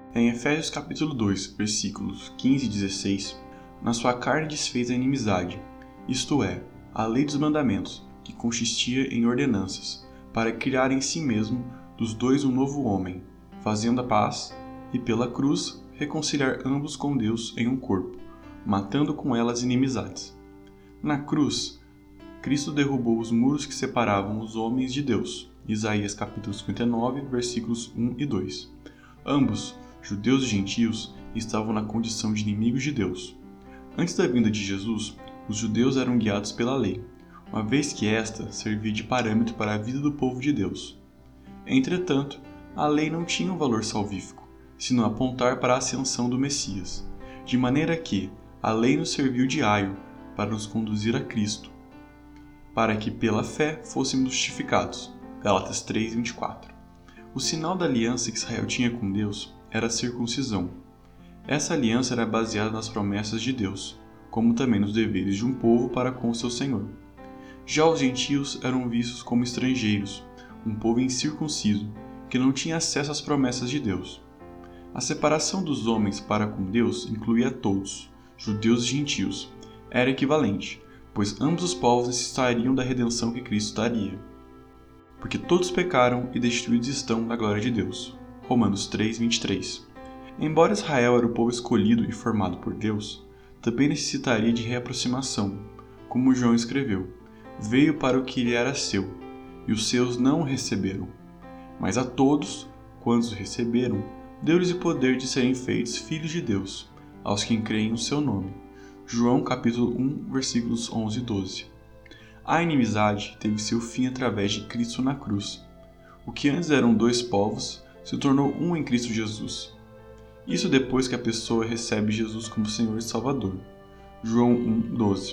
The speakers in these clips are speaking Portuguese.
Em Efésios capítulo 2, versículos 15 e 16, na sua carne desfez a inimizade, isto é, a lei dos mandamentos, que consistia em ordenanças, para criar em si mesmo dos dois um novo homem, fazendo a paz, e pela cruz reconciliar ambos com Deus em um corpo, matando com ela as inimizades. Na cruz, Cristo derrubou os muros que separavam os homens de Deus. Isaías capítulo 59, versículos 1 e 2. Ambos, judeus e gentios, estavam na condição de inimigos de Deus. Antes da vinda de Jesus, os judeus eram guiados pela lei, uma vez que esta servia de parâmetro para a vida do povo de Deus. Entretanto, a lei não tinha um valor salvífico, senão apontar para a ascensão do Messias, de maneira que a lei nos serviu de aio para nos conduzir a Cristo, para que pela fé fôssemos justificados. Gálatas 3:24. O sinal da aliança que Israel tinha com Deus era a circuncisão. Essa aliança era baseada nas promessas de Deus, como também nos deveres de um povo para com o seu Senhor. Já os gentios eram vistos como estrangeiros, um povo incircunciso, que não tinha acesso às promessas de Deus. A separação dos homens para com Deus incluía todos, judeus e gentios. Era equivalente, pois ambos os povos necessitariam da redenção que Cristo daria. Porque todos pecaram e destituídos estão da glória de Deus. Romanos 3:23. Embora Israel era o povo escolhido e formado por Deus, também necessitaria de reaproximação, como João escreveu: veio para o que lhe era seu, e os seus não o receberam. Mas a todos, quantos o receberam, deu-lhes o poder de serem feitos filhos de Deus, aos que creem no seu nome. João capítulo 1, versículos 11 e 12. A inimizade teve seu fim através de Cristo na cruz. O que antes eram dois povos se tornou um em Cristo Jesus. Isso depois que a pessoa recebe Jesus como Senhor e Salvador. João 1:12.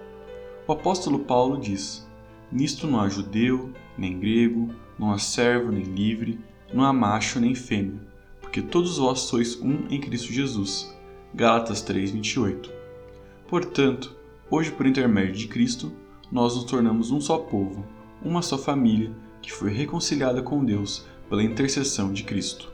O apóstolo Paulo diz: nisto não há judeu, nem grego, não há servo, nem livre, não há macho, nem fêmea, porque todos vós sois um em Cristo Jesus. Gálatas 3:28. Portanto, hoje por intermédio de Cristo, nós nos tornamos um só povo, uma só família, que foi reconciliada com Deus pela intercessão de Cristo.